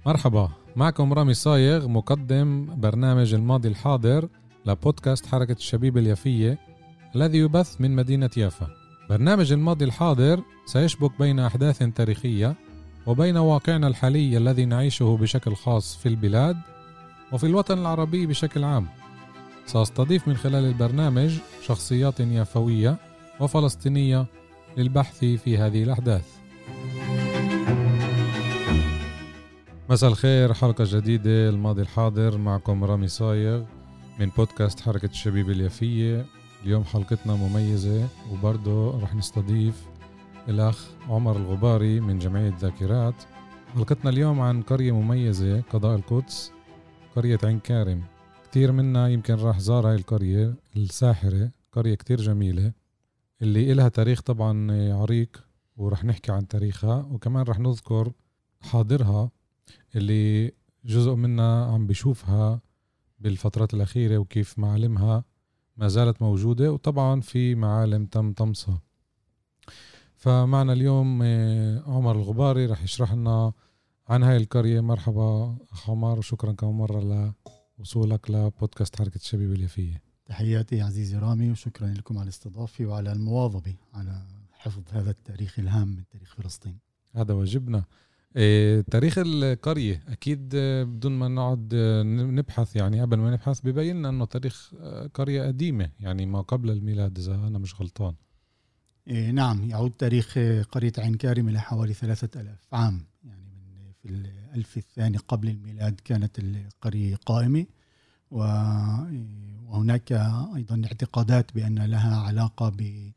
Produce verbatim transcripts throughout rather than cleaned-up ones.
مرحبا، معكم رامي صايغ مقدم برنامج الماضي الحاضر لبودكاست حركة الشبيب اليافية الذي يبث من مدينة يافا. برنامج الماضي الحاضر سيشبك بين أحداث تاريخية وبين واقعنا الحالي الذي نعيشه بشكل خاص في البلاد وفي الوطن العربي بشكل عام. سأستضيف من خلال البرنامج شخصيات يافوية وفلسطينية للبحث في هذه الأحداث. مساء الخير، حلقة جديدة الماضي الحاضر، معكم رامي صايغ من بودكاست حركة الشبيب اليافية. اليوم حلقتنا مميزة وبرضه رح نستضيف الأخ عمر الغباري من جمعية ذاكرات. حلقتنا اليوم عن قرية مميزة قضاء القدس، قرية عين كارم. كتير منا يمكن راح زار هاي القرية الساحرة، قرية كتير جميلة اللي إلها تاريخ طبعا عريق، ورح نحكي عن تاريخها وكمان رح نذكر حاضرها اللي جزء منا عم بيشوفها بالفترات الأخيرة وكيف معالمها ما زالت موجودة، وطبعا في معالم تم طمسها. فمعنا اليوم عمر الغباري رح يشرح لنا عن هاي القرية. مرحبا أخ عمر، وشكرا كم مرة لوصولك لبودكاست حركة الشبيب اليافية. تحياتي عزيزي رامي، وشكرا لكم على الاستضافة وعلى المواظبة على حفظ هذا التاريخ الهام من تاريخ فلسطين. هذا واجبنا. إيه تاريخ القرية أكيد بدون ما نقعد نبحث، يعني قبل ما نبحث ببين لنا أنه تاريخ قرية قديمة، يعني ما قبل الميلاد إذا أنا مش غلطان. إيه نعم، يعود تاريخ قرية عين كارم إلى حوالي ثلاثة ألاف عام، يعني من في الألف الثاني قبل الميلاد كانت القرية قائمة، وهناك أيضا اعتقادات بأن لها علاقة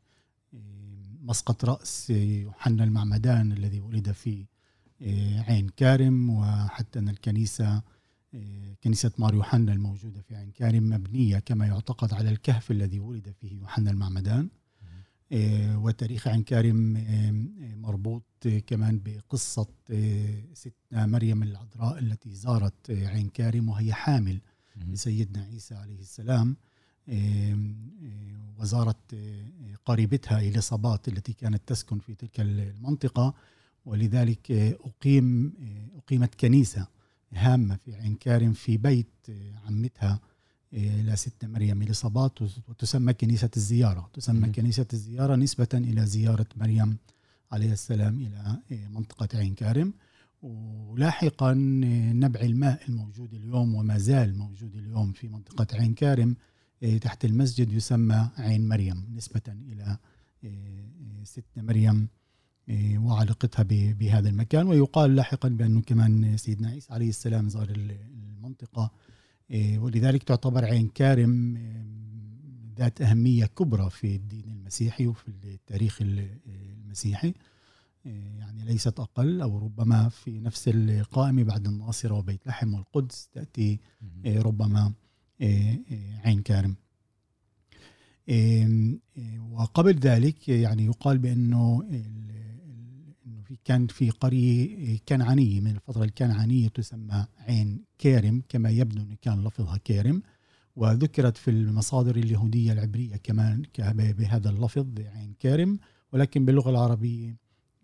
بمسقط رأس يوحنا المعمدان الذي ولد في عين كارم، وحتى أن الكنيسة كنيسة مار يوحنا الموجودة في عين كارم مبنية كما يعتقد على الكهف الذي ولد فيه يوحنا المعمدان. وتاريخ عين كارم مربوط كمان بقصة ستنا مريم العذراء التي زارت عين كارم وهي حامل لسيدنا عيسى عليه السلام، وزارت قريبتها إليصابات التي كانت تسكن في تلك المنطقة، ولذلك أقيم أقيمت كنيسة هامة في عين كارم في بيت عمتها لستنا مريم إليصابات، وتسمى كنيسة الزيارة. تسمى م- كنيسة الزيارة نسبة إلى زيارة مريم عليه السلام إلى منطقة عين كارم. ولاحقا نبع الماء الموجود اليوم وما زال موجود اليوم في منطقة عين كارم تحت المسجد يسمى عين مريم نسبة إلى ستنا مريم وعلاقتها بهذا المكان. ويقال لاحقا بأنه كمان سيدنا عيسى عليه السلام زار المنطقة، ولذلك تعتبر عين كارم ذات أهمية كبرى في الدين المسيحي وفي التاريخ المسيحي، يعني ليست أقل، أو ربما في نفس القائمة بعد الناصرة وبيت لحم والقدس تأتي ربما عين كارم. وقبل ذلك يعني يقال بأنه كان في قرية كنعانية من الفترة الكنعانية تسمى عين كارم، كما يبدو أن كان لفظها كارم، وذكرت في المصادر اليهودية العبرية كمان بهذا اللفظ عين كارم، ولكن باللغة العربية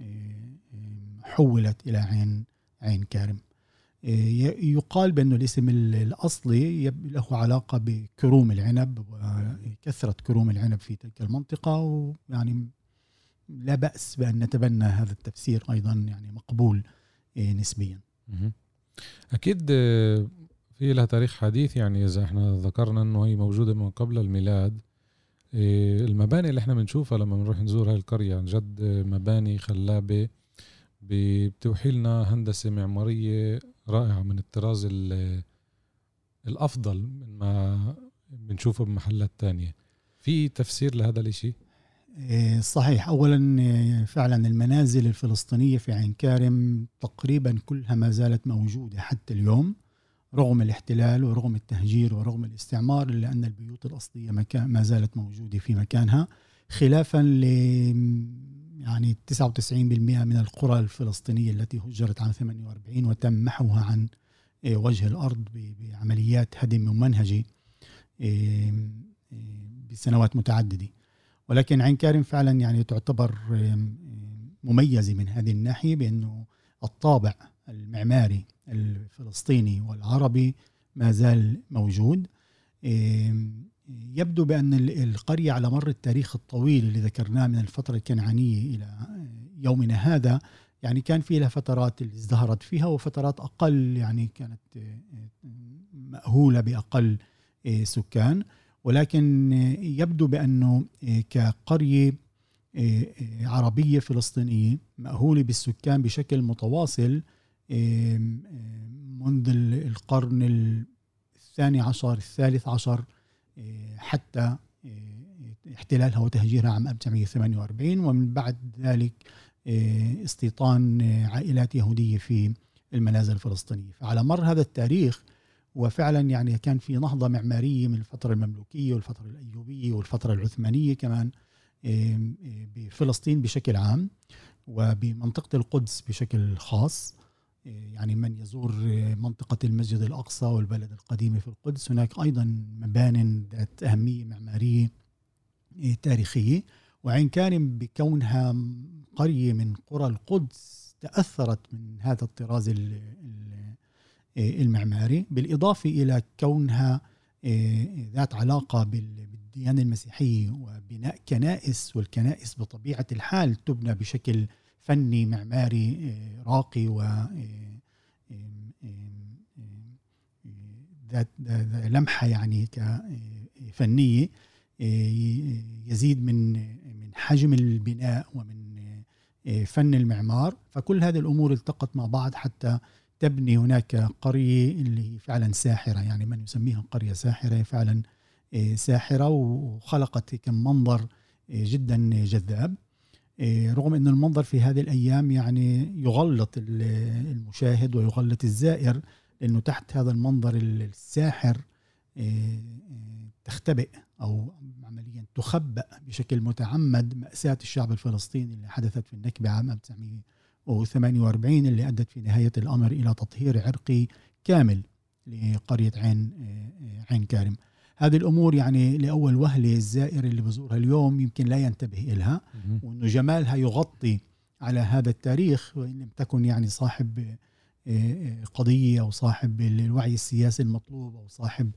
حولت إلى عين عين كارم. يقال بأنه الاسم الأصلي له علاقة بكروم العنب وكثرة كروم العنب في تلك المنطقة، ويعني لا بأس بأن نتبنى هذا التفسير أيضا، يعني مقبول نسبيا. أكيد في لها تاريخ حديث، يعني إذا احنا ذكرنا أنه هي موجودة من قبل الميلاد. المباني اللي احنا بنشوفها لما بنروح نزور هاي القرية عن جد مباني خلابة بتوحي لنا هندسة معمارية رائعة من الطراز الأفضل من ما بنشوفه بمحلات تانية. في تفسير لهذا الاشي؟ صحيح. أولا فعلا المنازل الفلسطينية في عين كارم تقريبا كلها ما زالت موجودة حتى اليوم، رغم الاحتلال ورغم التهجير ورغم الاستعمار، إلا أن البيوت الأصلية ما زالت موجودة في مكانها، خلافا ل يعني تسعة وتسعين بالمئة من القرى الفلسطينية التي هجرت عام ثمانية وأربعين وتم محوها عن وجه الأرض بعمليات هدم ممنهجة بسنوات متعددة. ولكن عين كارم فعلا يعني تعتبر مميزة من هذه الناحية، بأنه الطابع المعماري الفلسطيني والعربي ما زال موجود. يبدو بأن القرية على مر التاريخ الطويل اللي ذكرناه من الفترة الكنعانية إلى يومنا هذا يعني كان في لها فترات اللي ازدهرت فيها وفترات أقل، يعني كانت مأهولة بأقل سكان، ولكن يبدو بأنه كقرية عربية فلسطينية مأهولة بالسكان بشكل متواصل منذ القرن الثاني عشر الثالث عشر حتى احتلالها وتهجيرها عام ألف وتسعمائة وثمانية وأربعين، ومن بعد ذلك استيطان عائلات يهودية في المنازل الفلسطينية. فعلى مر هذا التاريخ وفعلا يعني كان في نهضة معمارية من الفترة المملوكية والفترة الأيوبية والفترة العثمانية كمان بفلسطين بشكل عام وبمنطقة القدس بشكل خاص. يعني من يزور منطقة المسجد الأقصى والبلد القديمة في القدس هناك أيضا مبانٍ ذات أهمية معمارية تاريخية. وعين كارم بكونها قرية من قرى القدس تأثرت من هذا الطراز المعماري، بالإضافة إلى كونها ذات علاقة بالديانة المسيحية وبناء كنائس، والكنائس بطبيعة الحال تبنى بشكل فني معماري راقي و ذات لمحة يعني كفنية يزيد من من حجم البناء ومن فن المعمار. فكل هذه الأمور التقت مع بعض حتى تبني هناك قرية اللي فعلا ساحرة، يعني من يسميها قرية ساحرة فعلا ساحرة، وخلقت كم منظر جدا جذاب، رغم أن المنظر في هذه الأيام يعني يغلط المشاهد ويغلط الزائر، لأنه تحت هذا المنظر الساحر تختبئ أو عمليا تخبأ بشكل متعمد مأساة الشعب الفلسطيني اللي حدثت في النكبة عام ألف وتسعمائة وثمانية وأربعين، اللي أدت في نهاية الأمر إلى تطهير عرقي كامل لقرية عين عين كارم. هذه الأمور يعني لأول وهلة الزائر اللي بزورها اليوم يمكن لا ينتبه إلها، وأنه جمالها يغطي على هذا التاريخ، وإن لم تكن يعني صاحب قضية أو صاحب الوعي السياسي المطلوب أو صاحب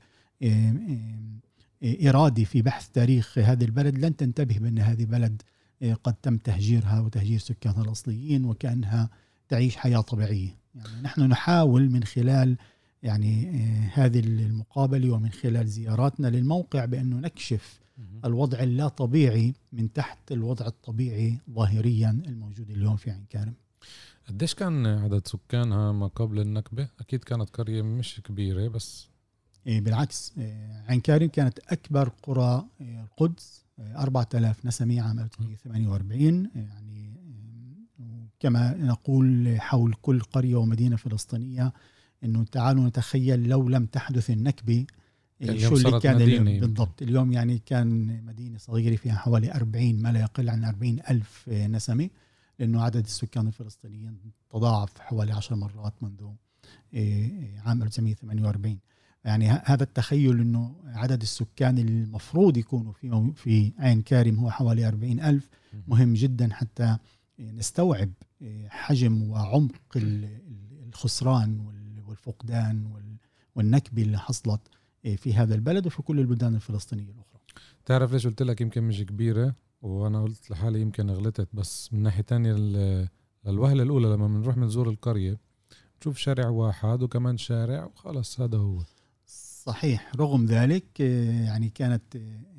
إرادي في بحث تاريخ هذه البلد لن تنتبه بأن هذه بلد قد تم تهجيرها وتهجير سكانها الأصليين وكأنها تعيش حياة طبيعية. يعني نحن نحاول من خلال يعني هذه المقابلة ومن خلال زياراتنا للموقع بأنه نكشف الوضع اللا طبيعي من تحت الوضع الطبيعي ظاهريا الموجود اليوم في عين كارم. قديش كان عدد سكانها ما قبل النكبة؟ أكيد كانت قرية مش كبيرة، بس إيه بالعكس، إيه عين كارم كانت أكبر قرى إيه القدس، إيه أربعة آلاف نسمة عام ألف وتسعمائة وثمانية وأربعين. يعني إيه كما نقول حول كل قرية ومدينة فلسطينية إنه تعالوا نتخيل لو لم تحدث النكبة إيه شو اللي كان اليوم بالضبط. اليوم يعني كان مدينة صغيرة فيها حوالي أربعين ما لا يقل عن أربعين ألف نسمة، لأنه عدد السكان الفلسطينيين تضاعف حوالي عشر مرات منذ إيه عام ألف وتسعمائة وثمانية وأربعين. يعني هذا التخيل إنه عدد السكان المفروض يكونوا في في عين كارم هو حوالي أربعين ألف مهم جدا حتى نستوعب حجم وعمق الخسران والفقدان والنكبة اللي حصلت في هذا البلد وفي كل البلدان الفلسطينية الأخرى. تعرف ليش قلت لك يمكن مش كبيرة وأنا قلت لحالي يمكن غلطت؟ بس من ناحية تانية الوهلة الأولى لما بنروح منزور القرية تشوف شارع واحد وكمان شارع وخلص هذا هو. صحيح. رغم ذلك يعني كانت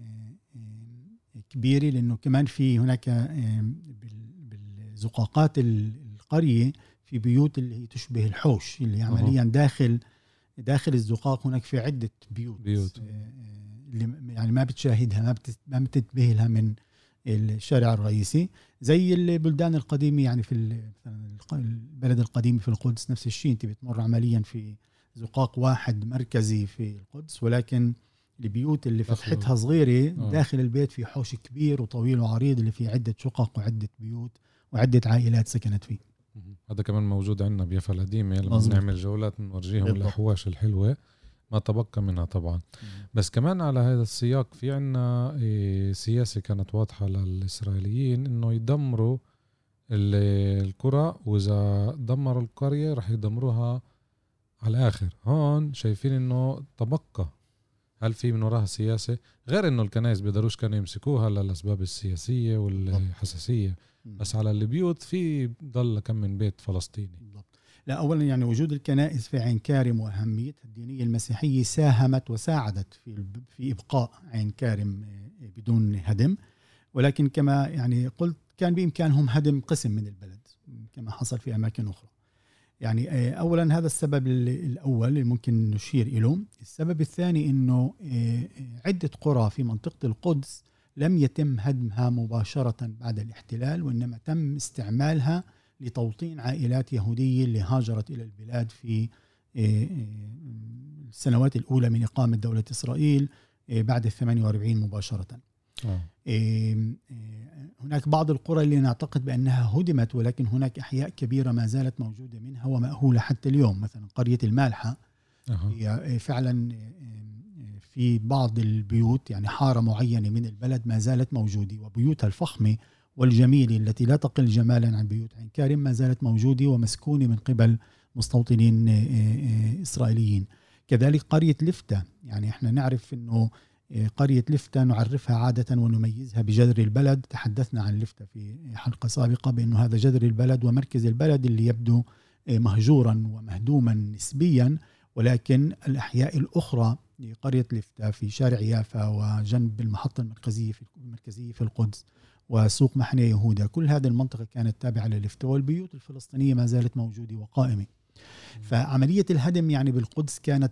كبيرة، لأنه كمان في هناك بالزقاقات القرية في بيوت اللي هي تشبه الحوش اللي عمليا داخل داخل الزقاق هناك في عدة بيوت, بيوت. اللي يعني ما بتشاهدها ما, ما بتنتبه لها من الشارع الرئيسي، زي البلدان القديمة. يعني في البلد القديم في القدس نفس الشيء، انت بتمر عمليا في زقاق واحد مركزي في القدس، ولكن البيوت اللي فتحتها صغيرة داخل البيت في حوش كبير وطويل وعريض اللي فيه عدة شقق وعدة بيوت وعدة عائلات سكنت فيه. هذا كمان موجود عندنا بيافا القديمة لما نعمل جولات نورجيهم الأحواش الحلوة ما تبقى منها طبعا. بس كمان على هذا السياق في عنا سياسة كانت واضحة للإسرائيليين إنه يدمروا القرى، وإذا دمروا القرية رح يدمروها على الآخر. هون شايفين إنه تبقى، هل في من وراها سياسة؟ غير إنه الكنائس بيقدروش كانوا يمسكوها للأسباب السياسية والحساسية، بس على البيوت في ضل كم من بيت فلسطيني. بالضبط. لا، أولا يعني وجود الكنائس في عين كارم وأهميتها الدينية المسيحية ساهمت وساعدت في في إبقاء عين كارم بدون هدم، ولكن كما يعني قلت كان بإمكانهم هدم قسم من البلد كما حصل في أماكن أخرى. يعني أولا هذا السبب الأول اللي ممكن نشير إليه. السبب الثاني أنه عدة قرى في منطقة القدس لم يتم هدمها مباشرة بعد الاحتلال، وإنما تم استعمالها لتوطين عائلات يهودية اللي هاجرت إلى البلاد في السنوات الأولى من إقامة دولة إسرائيل بعد الثمانية وأربعين مباشرة. آه. هناك بعض القرى اللي نعتقد بأنها هدمت، ولكن هناك أحياء كبيرة ما زالت موجودة منها ومأهولة حتى اليوم. مثلا قرية المالحة هي فعلا في بعض البيوت، يعني حارة معينة من البلد ما زالت موجودة، وبيوتها الفخمة والجميلة التي لا تقل جمالا عن بيوت عين كارم ما زالت موجودة ومسكونة من قبل مستوطنين إسرائيليين. كذلك قرية لفتة، يعني احنا نعرف انه قرية لفتة نعرفها عادة ونميزها بجذر البلد. تحدثنا عن لفتة في حلقة سابقة بأنه هذا جذر البلد ومركز البلد اللي يبدو مهجورا ومهدوما نسبيا، ولكن الأحياء الأخرى لقرية لفتة في شارع يافا وجنب المحطة المركزية في المركزية في القدس وسوق محنة يهودا، كل هذه المنطقة كانت تابعة للفتة، والبيوت الفلسطينية ما زالت موجودة وقائمة. فعملية الهدم يعني بالقدس كانت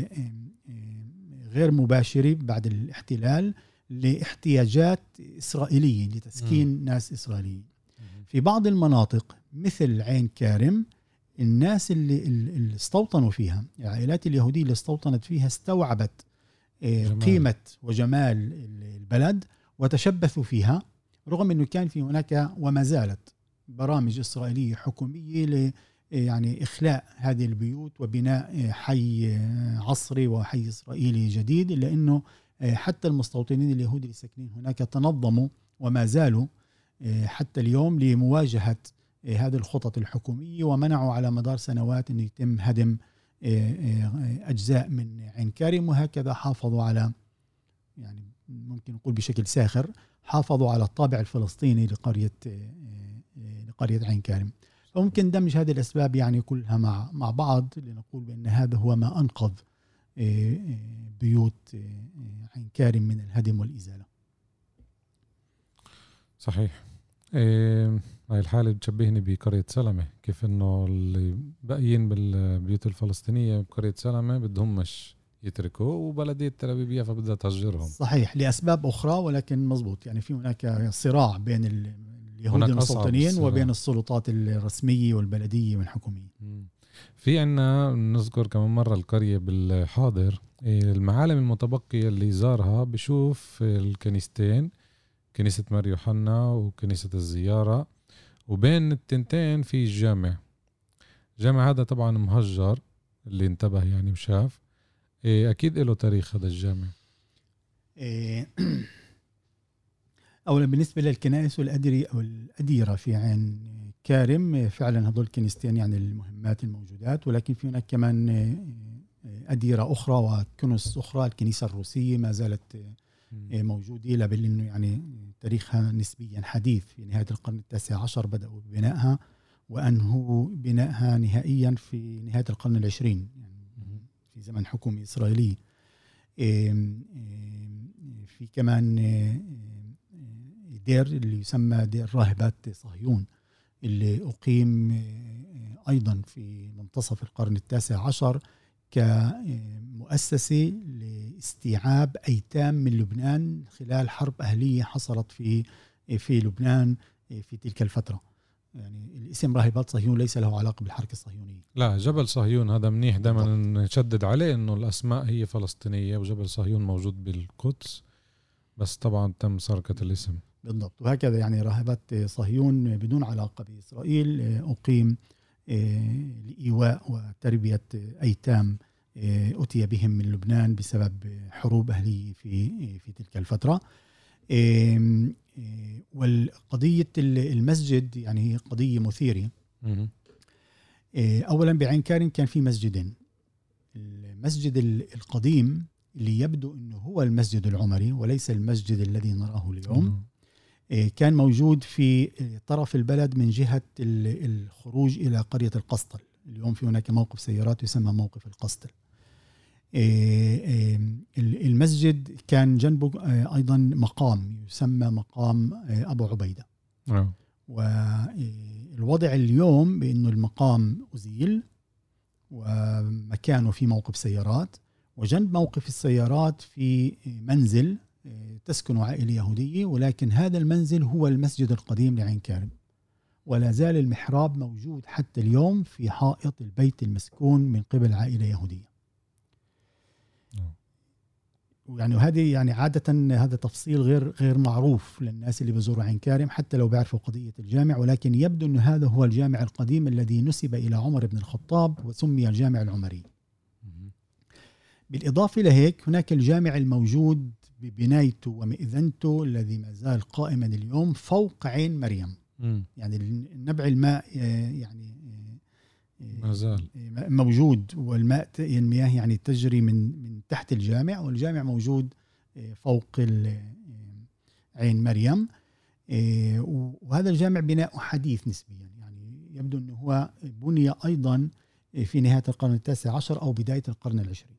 غير مباشرة بعد الاحتلال لاحتياجات إسرائيلية لتسكين م. ناس إسرائيليين. في بعض المناطق مثل عين كارم الناس اللي, اللي استوطنوا فيها، العائلات اليهودية اللي استوطنت فيها استوعبت جمال. قيمة وجمال البلد وتشبثوا فيها، رغم أنه كان في هناك وما زالت برامج إسرائيلية حكومية ل يعني إخلاء هذه البيوت وبناء حي عصري وحي إسرائيلي جديد، إلا أنه حتى المستوطنين اليهود اللي ساكنين هناك تنظموا وما زالوا حتى اليوم لمواجهة هذه الخطط الحكومية، ومنعوا على مدار سنوات أن يتم هدم أجزاء من عين كارم، وهكذا حافظوا على، يعني ممكن نقول بشكل ساخر، حافظوا على الطابع الفلسطيني لقرية لقرية عين كارم. فممكن دمج هذه الأسباب يعني كلها مع مع بعض لنقول بأن هذا هو ما أنقذ بيوت عين كارم من الهدم والإزالة. صحيح. هاي الحالة بتشبهني بقرية سلمة، كيف إنه اللي باقيين بالبيوت الفلسطينية بقرية سلمة بدهم مش يتركوا، وبلدية تل أبيب يافا بدها تهجرهم. صحيح، لأسباب أخرى، ولكن مزبوط يعني في هناك صراع بين اليهود المستوطنين وبين السلطات الرسمية والبلدية والحكومية. في عنا نذكر كمان مرة القرية بالحاضر، المعالم المتبقية اللي زارها بشوف الكنيستين، كنيسة مار يوحنا وكنيسة الزيارة، وبين التنتين في الجامع. الجامع هذا طبعا مهجر، اللي انتبه يعني وشاف. أكيد له تاريخ هذا الجامع. أولا بالنسبة للكنائس والأديرة أو الأديرة في عين كارم، فعلا هذول الكنيستين يعني المهمات الموجودات، ولكن في هناك كمان أديرة أخرى وكنس أخرى. الكنيسة الروسية ما زالت موجودة، إلا بل إنه يعني تاريخها نسبيا حديث، في نهاية القرن التاسع عشر بدأوا ببنائها، وأنهوا بنائها نهائيا في نهاية القرن العشرين، يعني في زمن حكومة إسرائيلية. في كمان دير اللي يسمى دير راهبات صهيون، اللي أقيم أيضا في منتصف القرن التاسع عشر كمؤسسة لاستيعاب أيتام من لبنان خلال حرب أهلية حصلت في في لبنان في تلك الفترة. يعني الاسم راهبات صهيون ليس له علاقة بالحركة الصهيونية. لا، جبل صهيون هذا منيح دائما نشدد عليه إنه الأسماء هي فلسطينية، وجبل صهيون موجود بالقدس، بس طبعا تم سرقة الاسم. بالضبط. وهكذا يعني راهبات صهيون بدون علاقة بإسرائيل أقيم لإيواء وتربية أيتام أتي بهم من لبنان بسبب حروب أهلية في في تلك الفترة. والقضية المسجد يعني هي قضية مثيرة. أولا بعين كارم كان في مسجدين. المسجد القديم اللي يبدو أنه هو المسجد العمري وليس المسجد الذي نراه اليوم، كان موجود في طرف البلد من جهة الخروج إلى قرية القسطل. اليوم في هناك موقف سيارات يسمى موقف القسطل. المسجد كان جنبه أيضا مقام يسمى مقام أبو عبيدة. والوضع اليوم بأنه المقام أزيل ومكانه في موقف سيارات، وجنب موقف السيارات في منزل تسكن عائلة يهودية، ولكن هذا المنزل هو المسجد القديم لعين كارم، ولا زال المحراب موجود حتى اليوم في حائط البيت المسكون من قبل عائلة يهودية. يعني هذه يعني عادة هذا تفصيل غير غير معروف للناس اللي بيزوروا عين كارم حتى لو بيعرفوا قضية الجامع، ولكن يبدو أن هذا هو الجامع القديم الذي نسب إلى عمر بن الخطاب وسمي الجامع العمري. بالإضافة لهيك هناك الجامع الموجود ببنايته ومئذنته الذي ما زال قائما اليوم فوق عين مريم. م. يعني النبع الماء يعني ما زال موجود، والماء المياه يعني تجري من من تحت الجامع، والجامع موجود فوق عين مريم. وهذا الجامع بناء حديث نسبيا، يعني يبدو أنه هو بني أيضا في نهاية القرن التاسع عشر أو بداية القرن العشرين.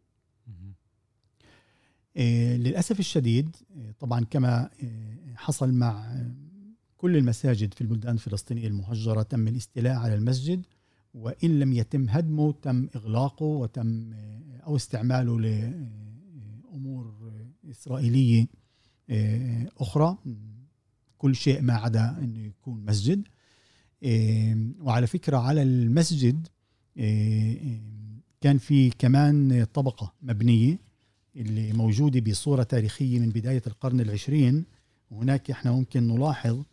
للأسف الشديد طبعا كما حصل مع كل المساجد في البلدان الفلسطينية المهجرة تم الاستيلاء على المسجد، وإن لم يتم هدمه تم إغلاقه وتم أو استعماله لأمور إسرائيلية أخرى، كل شيء ما عدا أنه يكون مسجد. وعلى فكرة على المسجد كان في كمان طبقة مبنية اللي موجودة بصورة تاريخية من بداية القرن العشرين. وهناك احنا ممكن نلاحظ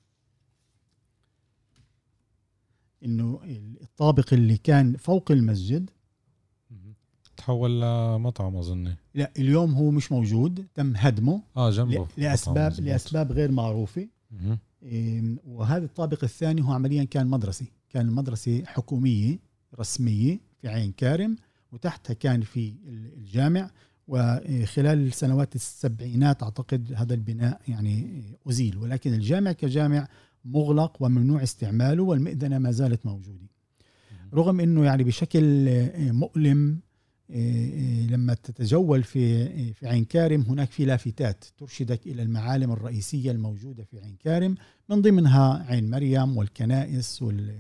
انه الطابق اللي كان فوق المسجد تحول لمطعم اظن. لا اليوم هو مش موجود، تم هدمه اه جنبه لاسباب لاسباب غير معروفه. وهذا الطابق الثاني هو عمليا كان مدرسه، كان مدرسه حكوميه رسميه في عين كارم، وتحتها كان في الجامع. وخلال السنوات السبعينات أعتقد هذا البناء يعني أزيل، ولكن الجامع كجامع مغلق وممنوع استعماله، والمئذنة ما زالت موجودة. رغم أنه يعني بشكل مؤلم لما تتجول في في عين كارم هناك في لافتات ترشدك إلى المعالم الرئيسية الموجودة في عين كارم، من ضمنها عين مريم والكنائس وال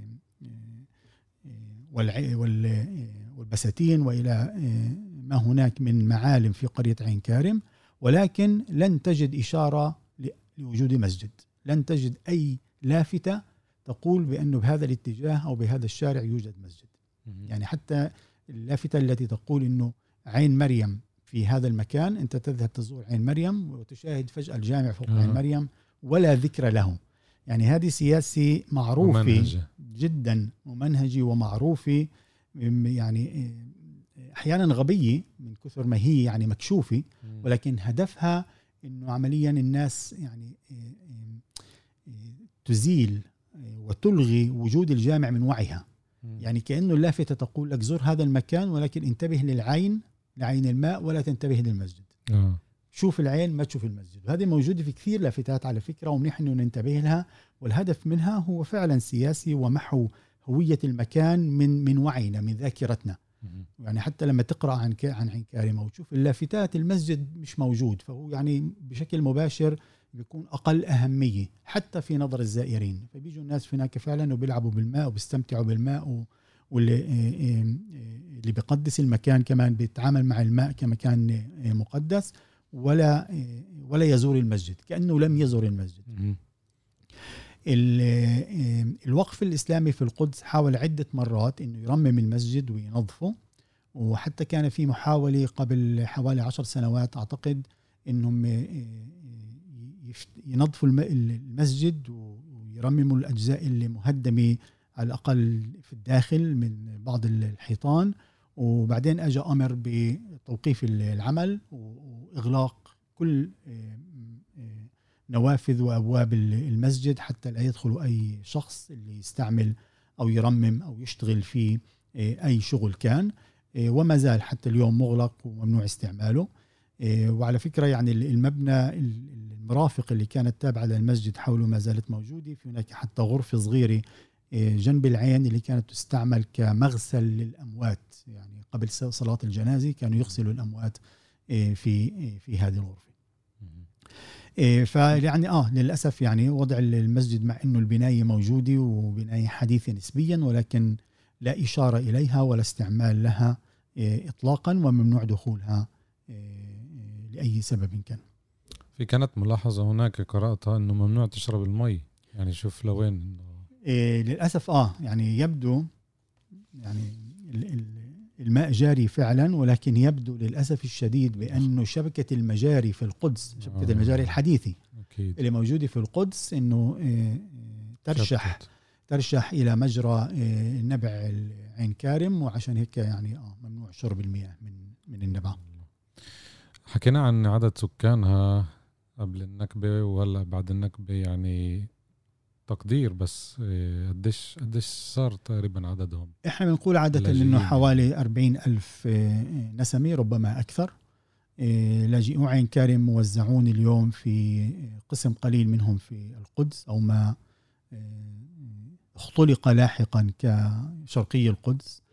والبساتين وإلى ما هناك من معالم في قرية عين كارم. ولكن لن تجد إشارة لوجود مسجد، لن تجد أي لافتة تقول بأنه بهذا الاتجاه أو بهذا الشارع يوجد مسجد. يعني حتى اللافتة التي تقول أنه عين مريم في هذا المكان، أنت تذهب تزور عين مريم وتشاهد فجأة الجامع فوق عين مريم ولا ذكر له. يعني هذه سياسة معروفة ممنهجة. جدا ممنهجة ومعروفة، يعني أحيانا غبية من كثر ما هي يعني مكشوفة، ولكن هدفها إنه عمليا الناس يعني تزيل وتلغي وجود الجامع من وعيها. يعني كأنه اللافتة تقول لك زور هذا المكان، ولكن انتبه للعين لعين الماء ولا تنتبه للمسجد. آه. شوف العين ما تشوف المسجد. وهذه موجودة في كثير لافتات على فكرة، ومنيح إنه ننتبه لها. والهدف منها هو فعلا سياسي ومحو هوية المكان من من وعينا من ذاكرتنا. يعني حتى لما تقرأ عن عن عين كارم وتشوف اللافتات المسجد مش موجود، فهو يعني بشكل مباشر بيكون أقل أهمية حتى في نظر الزائرين. فبيجوا الناس هناك فعلا وبيلعبوا بالماء وبيستمتعوا بالماء، واللي اللي بيقدس المكان كمان بيتعامل مع الماء كمكان مقدس، ولا ولا يزور المسجد كأنه لم يزور المسجد. الوقف الإسلامي في القدس حاول عدة مرات إنه يرمم المسجد وينظفه، وحتى كان في محاولة قبل حوالي عشر سنوات أعتقد إنهم ينظفوا المسجد ويرمموا الأجزاء اللي مهدمة على الأقل في الداخل من بعض الحيطان. وبعدين أجى أمر بتوقيف العمل وإغلاق كل نوافذ وأبواب المسجد حتى لا يدخل أي شخص اللي يستعمل أو يرمم أو يشتغل في أي شغل كان، وما زال حتى اليوم مغلق وممنوع استعماله. وعلى فكرة يعني المبنى المرافق اللي كانت تابعة للمسجد حوله ما زالت موجودة، في هناك حتى غرفة صغيرة جنب العين اللي كانت تستعمل كمغسل للأموات، يعني قبل صلاة الجنازة كانوا يغسلوا الأموات في في هذه الغرفة. فيعني آه للأسف يعني وضع المسجد مع إنه البناية موجودة وبناية حديثة نسبيا، ولكن لا إشارة إليها ولا استعمال لها إطلاقا، وممنوع دخولها لأي سبب كان. في كانت ملاحظة هناك قرأتها إنه ممنوع تشرب المي، يعني شوف لوين. إيه للأسف آه يعني يبدو يعني الماء جاري فعلا، ولكن يبدو للأسف الشديد بأنه شبكة المجاري في القدس، شبكة آه. المجاري الحديثة أكيد. اللي موجودة في القدس إنه إيه ترشح شبكت. ترشح إلى مجرى إيه نبع عين كارم، وعشان هيك يعني آه ممنوع شرب المياه من من النبع. حكينا عن عدد سكانها قبل النكبة وهلا بعد النكبة، يعني تقدير بس قديش قديش صار تقريبا عددهم؟ احنا بنقول عادة انه حوالي أربعين ألف نسمة، ربما اكثر. لاجئو عين كارم موزعون اليوم في قسم قليل منهم في القدس او ما اختلق لاحقا كشرقي القدس،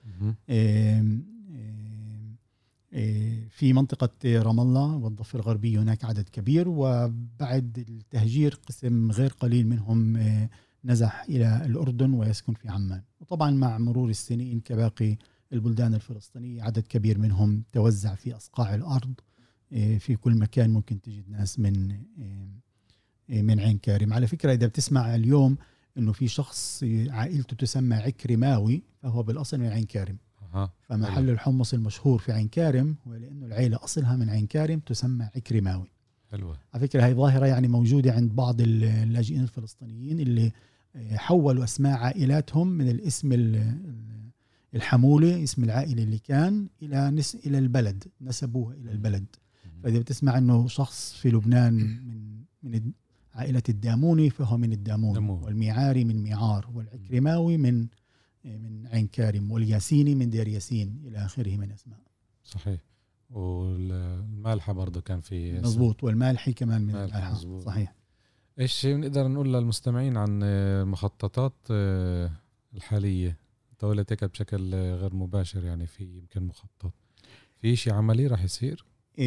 في منطقة رام الله والضفة الغربية هناك عدد كبير، وبعد التهجير قسم غير قليل منهم نزح إلى الأردن ويسكن في عمان. وطبعا مع مرور السنين كباقي البلدان الفلسطينية عدد كبير منهم توزع في أصقاع الأرض، في كل مكان ممكن تجد ناس من من عين كارم. على فكرة إذا بتسمع اليوم إنه في شخص عائلته تسمى عكرماوي، فهو بالأصل من عين كارم. فمحل الحمص المشهور في عين كارم هو لأنه العيلة أصلها من عين كارم تسمى عكرماوي. حلوة. على فكرة هاي ظاهرة يعني موجودة عند بعض اللاجئين الفلسطينيين اللي حولوا أسماء عائلاتهم من الاسم الحمولة، اسم العائلة اللي كان، إلى نس إلى البلد، نسبوها إلى البلد. فإذا بتسمع إنه شخص في لبنان من من عائلة الداموني فهو من الدامون، دمون. والميعاري من ميعار، والعكرماوي من من عين كارم، والياسيني من دير ياسين، إلى آخره من أسماء. صحيح. والمالحة برضو كان في مزبوط، والمالحي كمان من المالحة. صحيح. إيش نقدر نقول للمستمعين عن مخططات الحالية دولتك بشكل غير مباشر؟ يعني في يمكن مخطط في شيء عملي راح يصير؟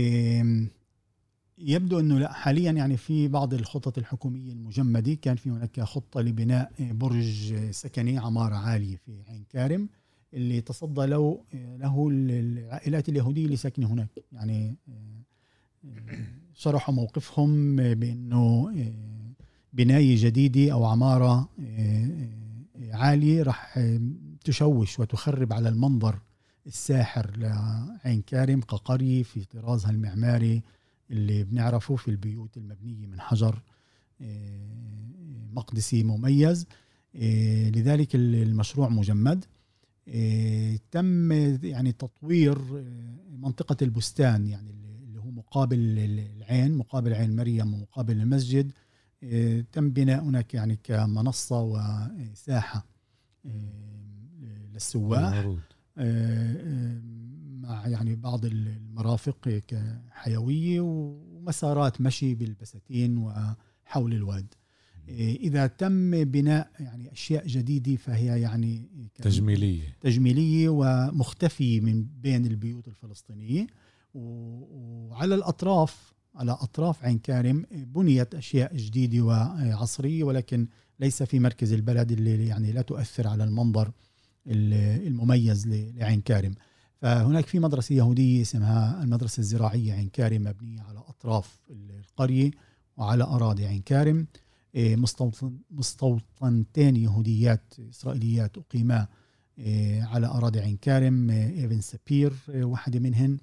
يبدو أنه لا حاليا، يعني في بعض الخطط الحكومية المجمدة كان في هناك خطة لبناء برج سكني عمارة عالية في عين كارم، اللي تصدى له له العائلات اليهودية اللي ساكنة هناك. يعني شرحوا موقفهم بأنه بناية جديدة أو عمارة عالية راح تشوش وتخرب على المنظر الساحر لعين كارم كقرية في طرازها المعماري اللي بنعرفه في البيوت المبنية من حجر مقدسي مميز. لذلك المشروع مجمد. تم يعني تطوير منطقة البستان، يعني اللي هو مقابل العين، مقابل عين مريم ومقابل المسجد. تم بناء هناك يعني كمنصة وساحة للسواح، مع يعني بعض المرافق كحيوية ومسارات مشي بالبساتين وحول الواد. إذا تم بناء يعني أشياء جديدة فهي يعني تجميلية تجميلية ومختفية من بين البيوت الفلسطينية. وعلى الأطراف على أطراف عين كارم بنيت أشياء جديدة وعصرية، ولكن ليس في مركز البلد اللي يعني لا تؤثر على المنظر المميز لعين كارم. فهناك في مدرسة يهودية اسمها المدرسة الزراعية عين كارم، مبنية على أطراف القرية وعلى أراضي عين كارم. مستوطن مستوطنتين يهوديات إسرائيليات أقيما على أراضي عين كارم، إيفن سبير واحدة منهن،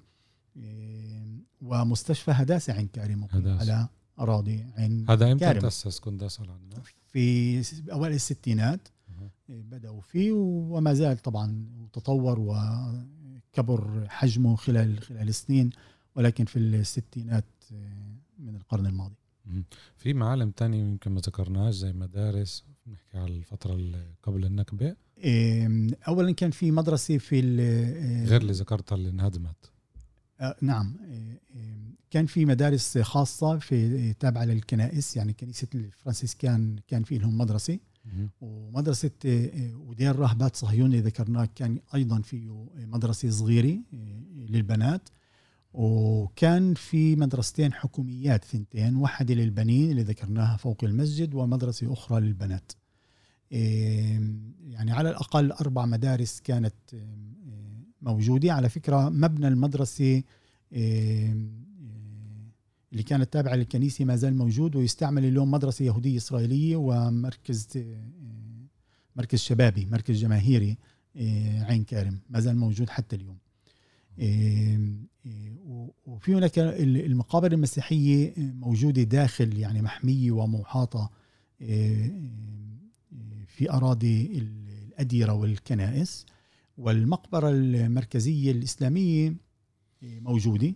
ومستشفى هداسة عين كارم على أراضي عين كارم. هذا إمتى تأسس؟ كنت أسأل عنه. في أوائل الستينات بدأوا فيه، وما زال طبعا تطور وكبر حجمه خلال خلال السنين، ولكن في الستينات من القرن الماضي. في معالم تانية يمكن ما ذكرناهاش زي مدارس، نحكي على الفترة اللي قبل النكبة. أولا كان في مدرسة في غير اللي ذكرتها اللي انهدمت. آه نعم، كان في مدارس خاصة في تابعة للكنائس، يعني كنيسة الفرنسيسكان كان في لهم مدرسة، ومدرسة ودير راهبات صهيون اللي ذكرناه كان أيضا فيه مدرسة صغيرة للبنات، وكان في مدرستين حكوميات ثنتين، واحدة للبنين اللي ذكرناها فوق المسجد ومدرسة أخرى للبنات. يعني على الأقل أربع مدارس كانت موجودة. على فكرة مبنى المدرسة اللي كانت تابعة للكنيسة ما زال موجود ويستعمل اليوم، مدرسة يهودية إسرائيلية ومركز مركز شبابي، مركز جماهيري عين كارم ما زال موجود حتى اليوم. وفي هناك المقابر المسيحية موجودة داخل يعني محمية ومحاطة في أراضي الأديرة والكنائس، والمقبرة المركزية الإسلامية موجودة،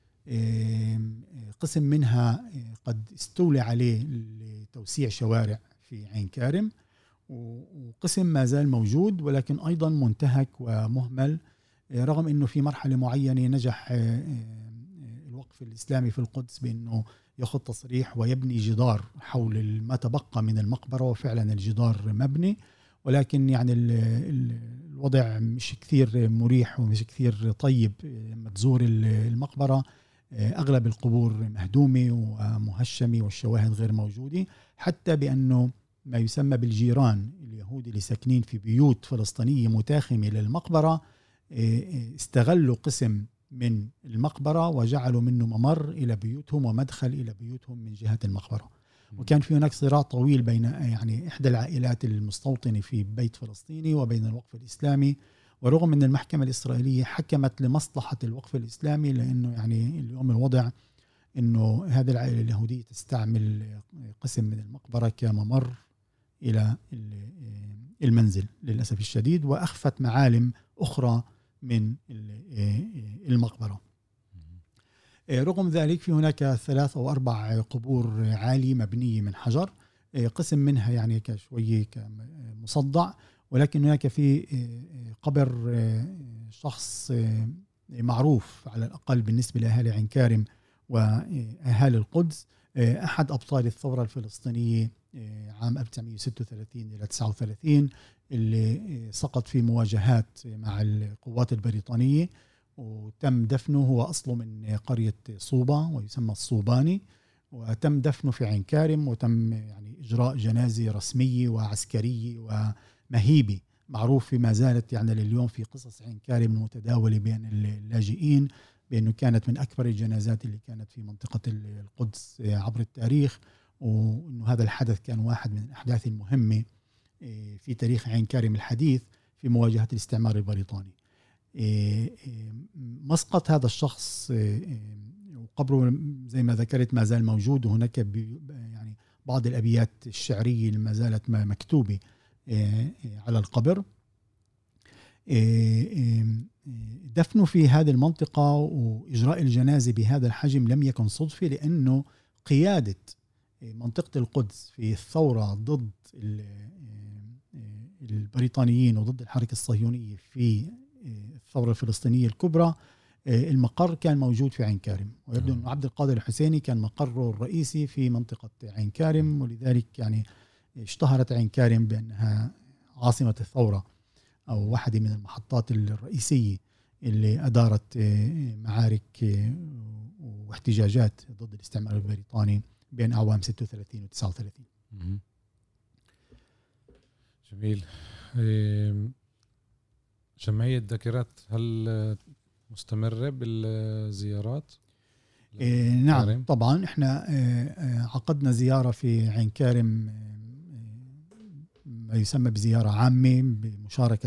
قسم منها قد استولى عليه لتوسيع شوارع في عين كارم، وقسم ما زال موجود ولكن أيضا منتهك ومهمل، رغم أنه في مرحلة معينة نجح الوقف الإسلامي في القدس بأنه يأخذ تصريح ويبني جدار حول ما تبقى من المقبرة، وفعلا الجدار مبني، ولكن يعني الوضع مش كثير مريح ومش كثير طيب. لما تزور المقبرة أغلب القبور مهدومة ومهشمة والشواهد غير موجودة، حتى بأنه ما يسمى بالجيران اليهود اللي ساكنين في بيوت فلسطينية متاخمة للمقبرة استغلوا قسم من المقبرة وجعلوا منه ممر إلى بيوتهم ومدخل إلى بيوتهم من جهة المقبرة. وكان في هناك صراع طويل بين يعني إحدى العائلات المستوطنة في بيت فلسطيني وبين الوقف الإسلامي، ورغم أن المحكمة الإسرائيلية حكمت لمصلحة الوقف الإسلامي، لأنه يعني اليوم الوضع أنه هذه العائلة اليهودية تستعمل قسم من المقبرة كممر إلى المنزل للأسف الشديد، وأخفت معالم أخرى من المقبرة. رغم ذلك في هناك ثلاث أو أربع قبور عالية مبنية من حجر، قسم منها يعني كشوية كمصدع، ولكن هناك في قبر شخص معروف على الأقل بالنسبة لأهالي عين كارم وأهالي القدس، أحد أبطال الثورة الفلسطينية عام ألف وتسعمائة وستة وثلاثين إلى تسعة وثلاثين، اللي سقط في مواجهات مع القوات البريطانية وتم دفنه. هو أصله من قرية صوبة ويسمى الصوباني، وتم دفنه في عين كارم، وتم يعني إجراء جنازة رسمية وعسكرية ومهيبة معروفة ما زالت يعني لليوم في قصص عين كارم المتداولة بين اللاجئين، بأنه كانت من أكبر الجنازات اللي كانت في منطقة القدس عبر التاريخ، وأنه هذا الحدث كان واحد من الأحداث المهمة في تاريخ عين كارم الحديث في مواجهة الاستعمار البريطاني. مسقط هذا الشخص وقبره زي ما ذكرت ما زال موجود، وهناك يعني بعض الأبيات الشعرية اللي ما زالت مكتوبة على القبر. دفنه في هذه المنطقة وإجراء الجنازة بهذا الحجم لم يكن صدفة، لأنه قيادة منطقة القدس في الثورة ضد البريطانيين وضد الحركة الصهيونية في الثورة الفلسطينية الكبرى، المقر كان موجود في عين كارم، ويبدو أن عبد القادر الحسيني كان مقره الرئيسي في منطقة عين كارم، ولذلك يعني اشتهرت عين كارم بأنها عاصمة الثورة أو واحدة من المحطات الرئيسية اللي أدارت معارك واحتجاجات ضد الاستعمار البريطاني بين أعوام ستة وثلاثين و تسعة وثلاثين. جميل. جمعية ذاكرات هل مستمرة بالزيارات؟ إيه نعم كارم. طبعا احنا عقدنا زيارة في عين كارم ما يسمى بزيارة عامة بمشاركة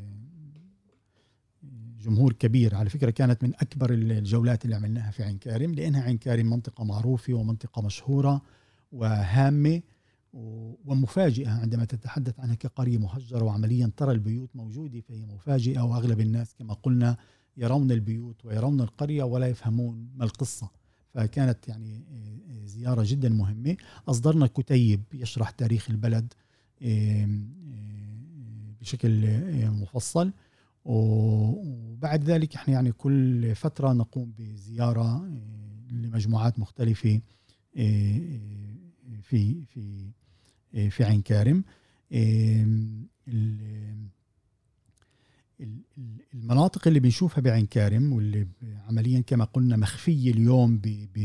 جمهور كبير. على فكرة كانت من أكبر الجولات اللي عملناها في عين كارم، لأنها عين كارم منطقة معروفة ومنطقة مشهورة وهامة ومفاجئة عندما تتحدث عنها كقرية مهجرة، وعمليا ترى البيوت موجودة فهي مفاجئة، وأغلب الناس كما قلنا يرون البيوت ويرون القرية ولا يفهمون ما القصة. فكانت يعني زيارة جدا مهمة. أصدرنا كتيب يشرح تاريخ البلد بشكل مفصل، وبعد ذلك احنا يعني كل فترة نقوم بزيارة لمجموعات مختلفة في في في عين كارم. المناطق اللي بنشوفها بعين كارم واللي عمليا كما قلنا مخفية اليوم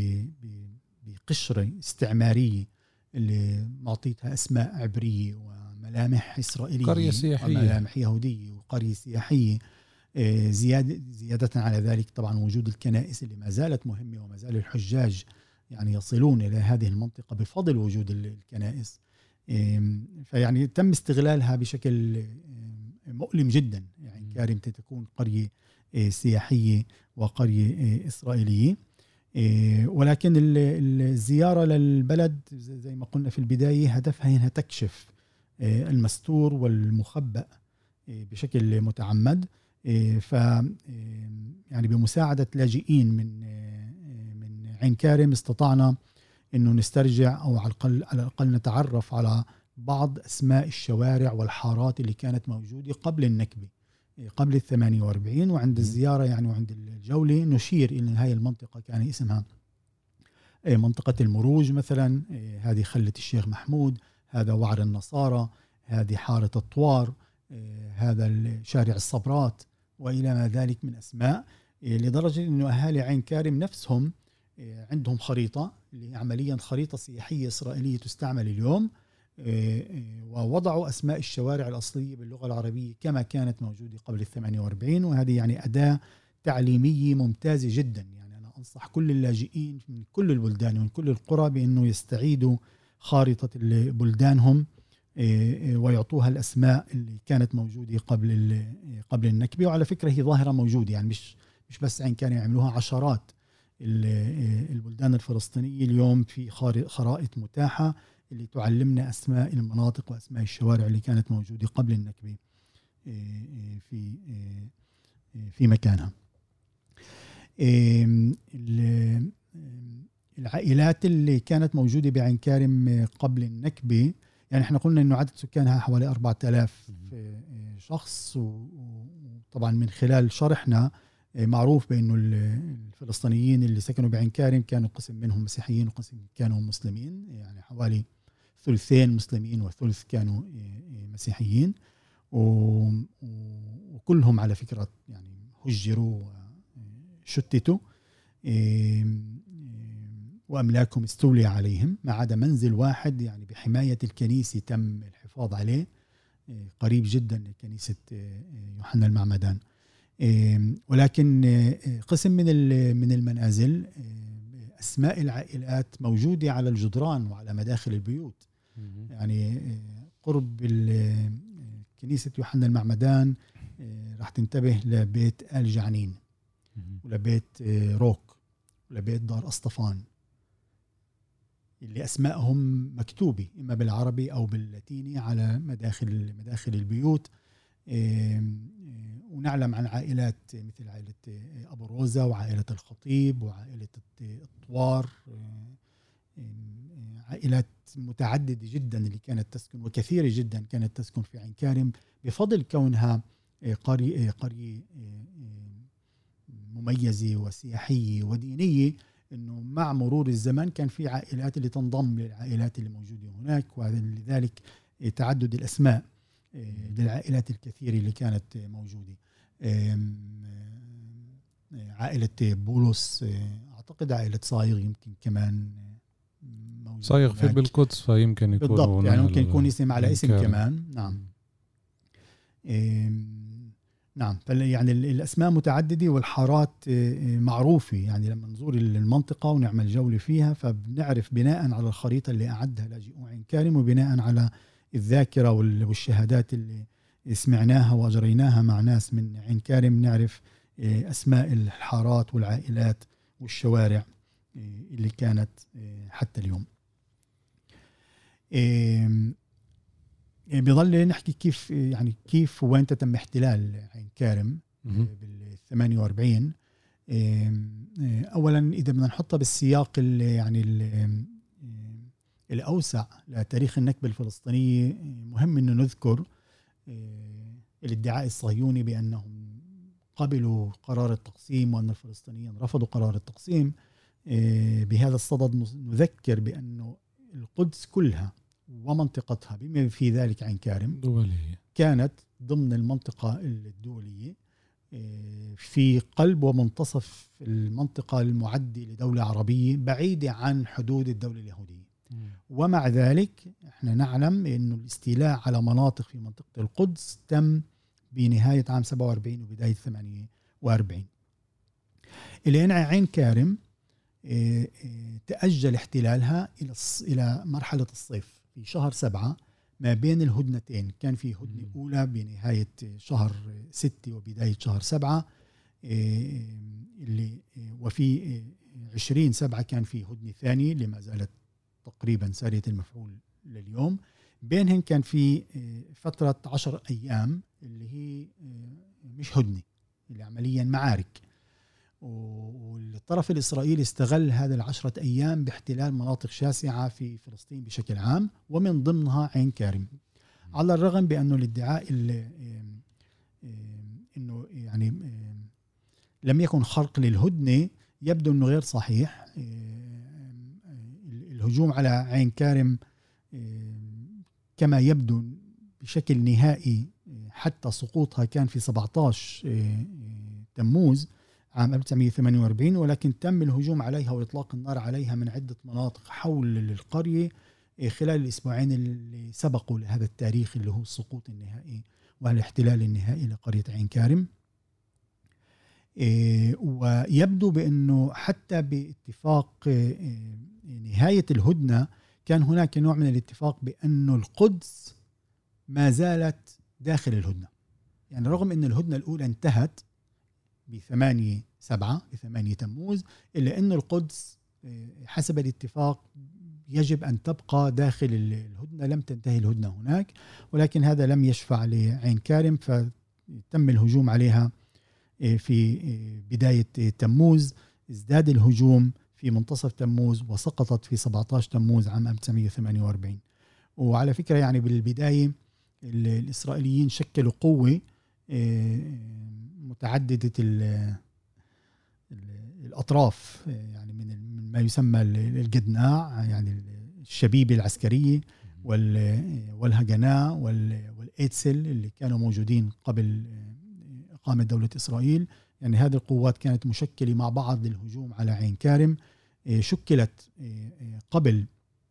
بقشرة استعمارية اللي معطيتها أسماء عبرية وملامح إسرائيلية، قرية سياحية وملامح يهودية وقرية سياحية. زيادة زيادة على ذلك طبعا وجود الكنائس اللي ما زالت مهمة، وما زال الحجاج يعني يصلون إلى هذه المنطقة بفضل وجود الكنائس. فيعني تم استغلالها بشكل مؤلم جدا. يعني كارم تكون قرية سياحية وقرية إسرائيلية، ولكن الزيارة للبلد زي ما قلنا في البداية هدفها إنها تكشف المستور والمخبأ بشكل متعمد. ف يعني بمساعدة لاجئين من من عين كارم استطعنا إنه نسترجع أو على الأقل على الأقل نتعرف على بعض أسماء الشوارع والحارات اللي كانت موجودة قبل النكبة، قبل الثمانية وأربعين. وعند الزيارة يعني وعند الجولة نشير إلى هاي المنطقة كان اسمها منطقة المروج مثلا، هذه خلة الشيخ محمود، هذا وعر النصارى، هذه حارة الطوار، هذا شارع الصبرات، وإلى ما ذلك من أسماء، لدرجة أنه أهالي عين كارم نفسهم عندهم خريطة اللي عمليا خريطة سياحية إسرائيلية تستعمل اليوم، ووضعوا أسماء الشوارع الأصلية باللغة العربية كما كانت موجودة قبل الثمانية وأربعين. وهذه يعني أداة تعليمية ممتازة جدا. يعني أنا أنصح كل اللاجئين من كل البلدان ومن كل القرى بأنه يستعيدوا خارطة بلدانهم ويعطوها الأسماء اللي كانت موجودة قبل قبل النكبة. وعلى فكرة هي ظاهرة موجودة، يعني مش مش بس عين كانوا يعملوها، عشرات البلدان الفلسطينية اليوم في خرائط متاحة اللي تعلمنا أسماء المناطق وأسماء الشوارع اللي كانت موجودة قبل النكبة في في مكانها. العائلات اللي كانت موجودة بعين كارم قبل النكبة، يعني احنا قلنا انه عدد سكانها حوالي أربعة آلاف شخص، وطبعا من خلال شرحنا معروف بأنه الفلسطينيين اللي سكنوا بعين كارم كانوا قسم منهم مسيحيين وقسم كانوا مسلمين، يعني حوالي ثلثين مسلمين وثلث كانوا مسيحيين، وكلهم على فكرة يعني هجروا وشتتوا وأملاكهم استولي عليهم، ما عدا منزل واحد يعني بحماية الكنيسة تم الحفاظ عليه قريب جدا لكنيسة يوحنا المعمدان. ولكن قسم من من المنازل أسماء العائلات موجودة على الجدران وعلى مداخل البيوت. يعني قرب كنيسة يوحنا المعمدان راح تنتبه لبيت آل جعنين ولبيت روك ولبيت دار أسطفان اللي أسمائهم مكتوبة إما بالعربي أو باللاتيني على مداخل مداخل البيوت. ونعلم عن عائلات مثل عائلة أبو روزة وعائلة الخطيب وعائلة الطوار، عائلات متعددة جدا اللي كانت تسكن وكثيرة جدا كانت تسكن في عين كارم بفضل كونها قرية قرية مميزة وسياحية ودينية. إنه مع مرور الزمن كان في عائلات اللي تنضم للعائلات اللي موجودة هناك، ولذلك تعدد الأسماء للعائلات الكثيرة اللي كانت موجودة. عائلة بولس، أعتقد عائلة صايغ يمكن كمان صايغ في بالقدس، فيمكن يكون بالضبط يعني ممكن يكون اسم على اسم كارم. كمان نعم نعم يعني الأسماء متعددة والحارات معروفة. يعني لما نزور المنطقة ونعمل جولة فيها فبنعرف بناء على الخريطة اللي أعدها لاجئو عين كارم وبناء على الذاكرة والشهادات اللي سمعناها وأجريناها مع ناس من عين كارم نعرف أسماء الحارات والعائلات والشوارع اللي كانت حتى اليوم. بيظل نحكي كيف يعني كيف وين تم احتلال عين كارم بالثمانية وأربعين. أولا إذا بدنا نحطها بالسياق اللي يعني اللي الأوسع لتاريخ النكبة الفلسطينية، مهم أنه نذكر الادعاء الصهيوني بأنهم قبلوا قرار التقسيم وأن الفلسطينيين رفضوا قرار التقسيم. بهذا الصدد نذكر بأنه القدس كلها ومنطقتها بما في ذلك عين كارم دولية كانت ضمن المنطقة الدولية في قلب ومنتصف المنطقة المعدة لدولة عربية بعيدة عن حدود الدولة اليهودية. ومع ذلك احنا نعلم انه الاستيلاء على مناطق في منطقة القدس تم بنهاية عام سبعة وأربعين وبداية ثمانية وأربعين. إلى أن عين كارم تأجل احتلالها إلى إلى مرحلة الصيف في شهر سبعة ما بين الهدنتين. كان في هدنة أولى بنهاية شهر ستة وبداية شهر سبعة اللي وفي عشرين سبعة كان في هدنة ثانية اللي ما زالت تقريبا سارية المفعول لليوم. بينهم كان في فترة عشر أيام اللي هي مش هدنة، اللي عمليا معارك، والطرف الإسرائيلي استغل هذا العشرة أيام باحتلال مناطق شاسعة في فلسطين بشكل عام ومن ضمنها عين كارم. على الرغم بأنه الادعاء إنه يعني لم يكن خرق للهدنة يبدو أنه غير صحيح. الهجوم على عين كارم كما يبدو بشكل نهائي حتى سقوطها كان في سبعة عشر تموز عام ألف وتسعمائة وثمانية وأربعين، ولكن تم الهجوم عليها وإطلاق النار عليها من عدة مناطق حول القرية خلال الأسبوعين اللي سبقوا لهذا التاريخ اللي هو السقوط النهائي والاحتلال النهائي لقرية عين كارم. ويبدو بأنه حتى باتفاق نهاية الهدنة كان هناك نوع من الاتفاق بأنه القدس ما زالت داخل الهدنة. يعني رغم أن الهدنة الأولى انتهت بثمانية سبعة بثمانية تموز، إلا أن القدس حسب الاتفاق يجب أن تبقى داخل الهدنة، لم تنتهي الهدنة هناك. ولكن هذا لم يشفع لعين كارم، فتم الهجوم عليها في بداية تموز. ازداد الهجوم في منتصف تموز وسقطت في سبعة عشر تموز عام ألف وتسعمائة وثمانية وأربعين. وعلى فكرة يعني بالبداية الإسرائيليين شكلوا قوة متعددة الأطراف، يعني من ما يسمى الجدناع، يعني الشبيبة العسكرية والهجناء والإيتسل اللي كانوا موجودين قبل إقامة دولة إسرائيل. يعني هذه القوات كانت مشكلة مع بعض للهجوم على عين كارم. شكلت قبل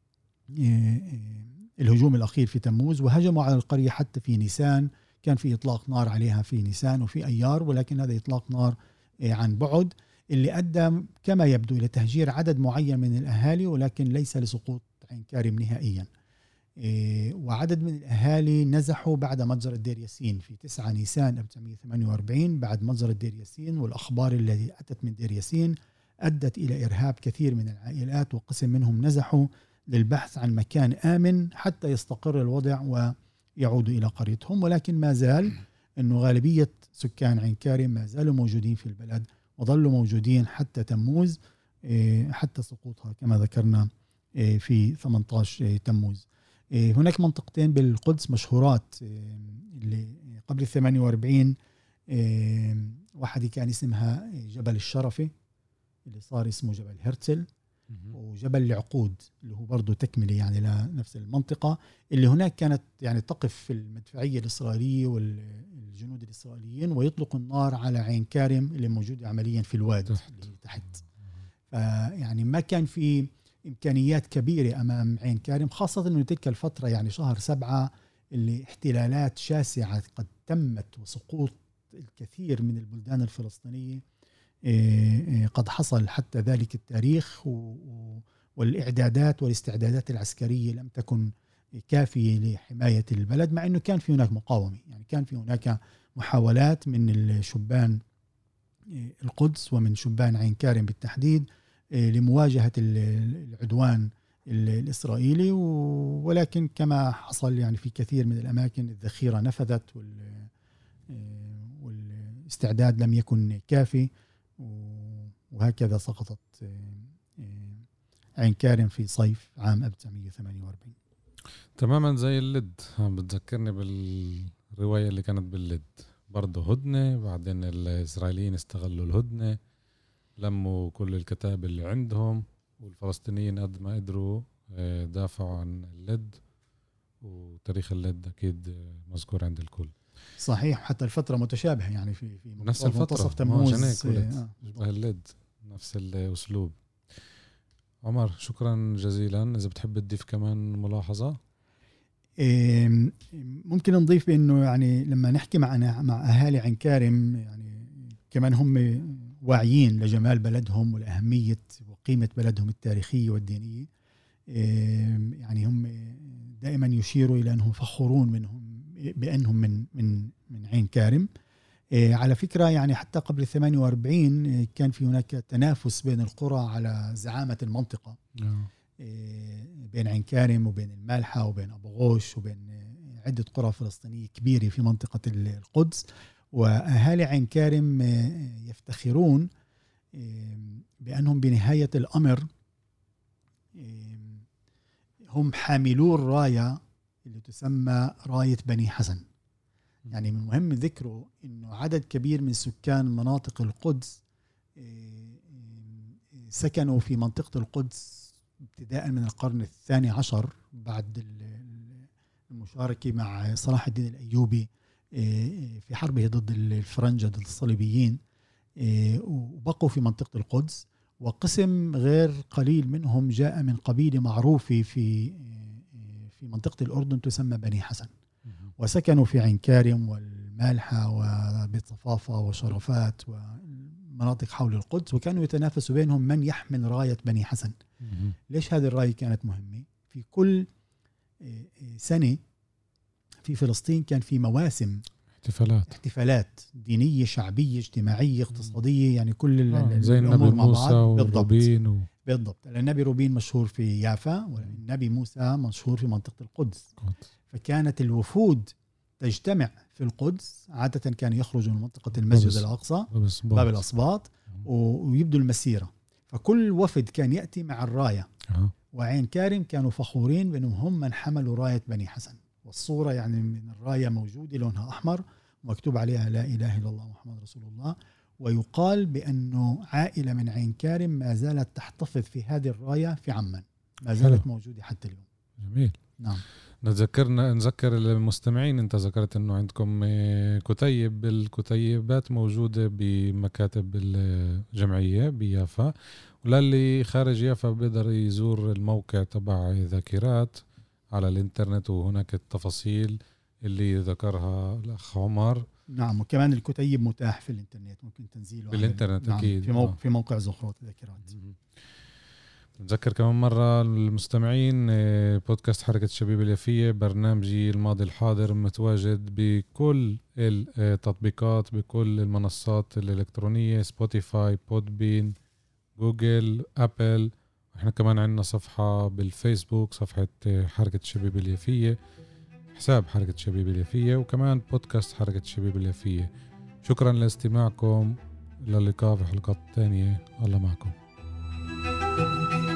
الهجوم الأخير في تموز، وهجموا على القرية حتى في نيسان. كان في إطلاق نار عليها في نيسان وفي أيار، ولكن هذا إطلاق نار عن بعد اللي أدى كما يبدو إلى تهجير عدد معين من الأهالي، ولكن ليس لسقوط عين كارم نهائيا. وعدد من الأهالي نزحوا بعد مجزرة دير ياسين في تسعة نيسان ألف وتسعمائة وثمانية وأربعين بعد مجزرة دير ياسين. والأخبار التي أتت من دير ياسين أدت إلى إرهاب كثير من العائلات، وقسم منهم نزحوا للبحث عن مكان آمن حتى يستقر الوضع ويعودوا إلى قريتهم. ولكن ما زال أنه غالبية سكان عين كارم ما زالوا موجودين في البلد وظلوا موجودين حتى تموز، حتى سقوطها كما ذكرنا في ثمانية عشر تموز. هناك منطقتين بالقدس مشهورات اللي قبل ثمانية وأربعين، واحدة كان اسمها جبل الشرفة اللي صار اسمه جبل هرتزل، وجبل العقود اللي هو برضو تكملة يعني لنفس المنطقة، اللي هناك كانت يعني تقف المدفعية الإسرائيلية والجنود الإسرائيليين ويطلقوا النار على عين كارم اللي موجودة عمليا في الواد اللي تحت. فيعني ما كان في إمكانيات كبيرة أمام عين كارم، خاصة أنه تلك الفترة يعني شهر سبعة اللي احتلالات شاسعة قد تمت وسقوط الكثير من البلدان الفلسطينية قد حصل حتى ذلك التاريخ، والإعدادات والاستعدادات العسكرية لم تكن كافية لحماية البلد، مع أنه كان في هناك مقاومة. يعني كان في هناك محاولات من الشبان القدس ومن شبان عين كارم بالتحديد لمواجهة العدوان الإسرائيلي، ولكن كما حصل يعني في كثير من الأماكن الذخيرة نفذت والاستعداد لم يكن كافي، وهكذا سقطت عين كارم في صيف عام ألف وتسعمية وثمانية وأربعين. تماما زي اللد، بتذكرني بالرواية اللي كانت باللد برضه هدنة، بعدين الإسرائيليين استغلوا الهدنة، لموا كل الكتاب اللي عندهم، والفلسطينيين قد ما قدروا دافعوا عن اللد، وتاريخ اللد أكيد مذكور عند الكل. صحيح، حتى الفترة متشابهة يعني في في نفس الفترة منتصف تموز آه. شبه اللد، نفس الأسلوب. عمر شكرا جزيلا. إذا بتحب تضيف كمان ملاحظة؟ ممكن نضيف بأنه يعني لما نحكي مع مع أهالي عين كارم يعني كمان هم واعيين لجمال بلدهم ولأهمية وقيمة بلدهم التاريخية والدينية. يعني هم دائما يشيروا إلى أنهم فخورون منهم بأنهم من من من عين كارم. على فكرة يعني حتى قبل ثمانية وأربعين كان في هناك تنافس بين القرى على زعامة المنطقة، بين عين كارم وبين المالحة وبين أبو غوش وبين عدة قرى فلسطينية كبيرة في منطقة القدس. وأهالي عين كارم يفتخرون بأنهم بنهاية الأمر هم حاملو الراية اللي تسمى راية بني حسن. يعني من المهم ذكره أنه عدد كبير من سكان مناطق القدس سكنوا في منطقة القدس ابتداء من القرن الثاني عشر بعد المشاركة مع صلاح الدين الأيوبي في حربه ضد الفرنجة ضد الصليبيين، وبقوا في منطقة القدس. وقسم غير قليل منهم جاء من قبيلة معروفة في في منطقة الأردن تسمى بني حسن، وسكنوا في عين كارم والمالحة وبيت صفافة وشرفات ومناطق حول القدس، وكانوا يتنافسوا بينهم من يحمل راية بني حسن. ليش هذه الراية كانت مهمة؟ في كل سنة في فلسطين كان في مواسم احتفالات احتفالات دينية شعبية اجتماعية اقتصادية، يعني كل آه زي النبي موسى وروبين و... بالضبط. النبي روبين مشهور في يافا، والنبي موسى مشهور في منطقة القدس. قدس. فكانت الوفود تجتمع في القدس، عادة كان يخرجوا من منطقة المسجد الأقصى باب الأصباط ويبدوا المسيرة. فكل وفد كان يأتي مع الراية. أه. وعين كارم كانوا فخورين بأنهم هم من حملوا راية بني حسن، والصورة يعني من الراية موجودة لونها أحمر ومكتوب عليها لا إله إلا الله محمد رسول الله. ويقال بأنه عائلة من عين كارم ما زالت تحتفظ في هذه الراية في عمان، ما زالت حلو. موجودة حتى اليوم. جميل. نعم. نذكرنا نذكر المستمعين، انت ذكرت انه عندكم كتيب، الكتيبات موجودة بمكاتب الجمعية بيافا، وللي خارج يافا بيقدر يزور الموقع تبع ذاكرات على الانترنت، وهناك التفاصيل اللي ذكرها الأخ عمر. نعم، وكمان الكتيب متاح في الانترنت، ممكن تنزيله بالانترنت. نعم. أكيد في موقع, في موقع زخرة ذاكرات. نذكر كمان مرة المستمعين، بودكاست حركة الشبيبة اليافية برنامجي الماضي الحاضر متواجد بكل التطبيقات، بكل المنصات الإلكترونية، سبوتيفاي، بودبين، جوجل، أبل. احنا كمان عندنا صفحة بالفيسبوك، صفحة حركة الشبيبة اليافية، حساب حركة الشبيبة اليافية، وكمان بودكاست حركة الشبيبة اليافية. شكرا لاستماعكم، إلى اللقاء في حلقات تانية. الله معكم.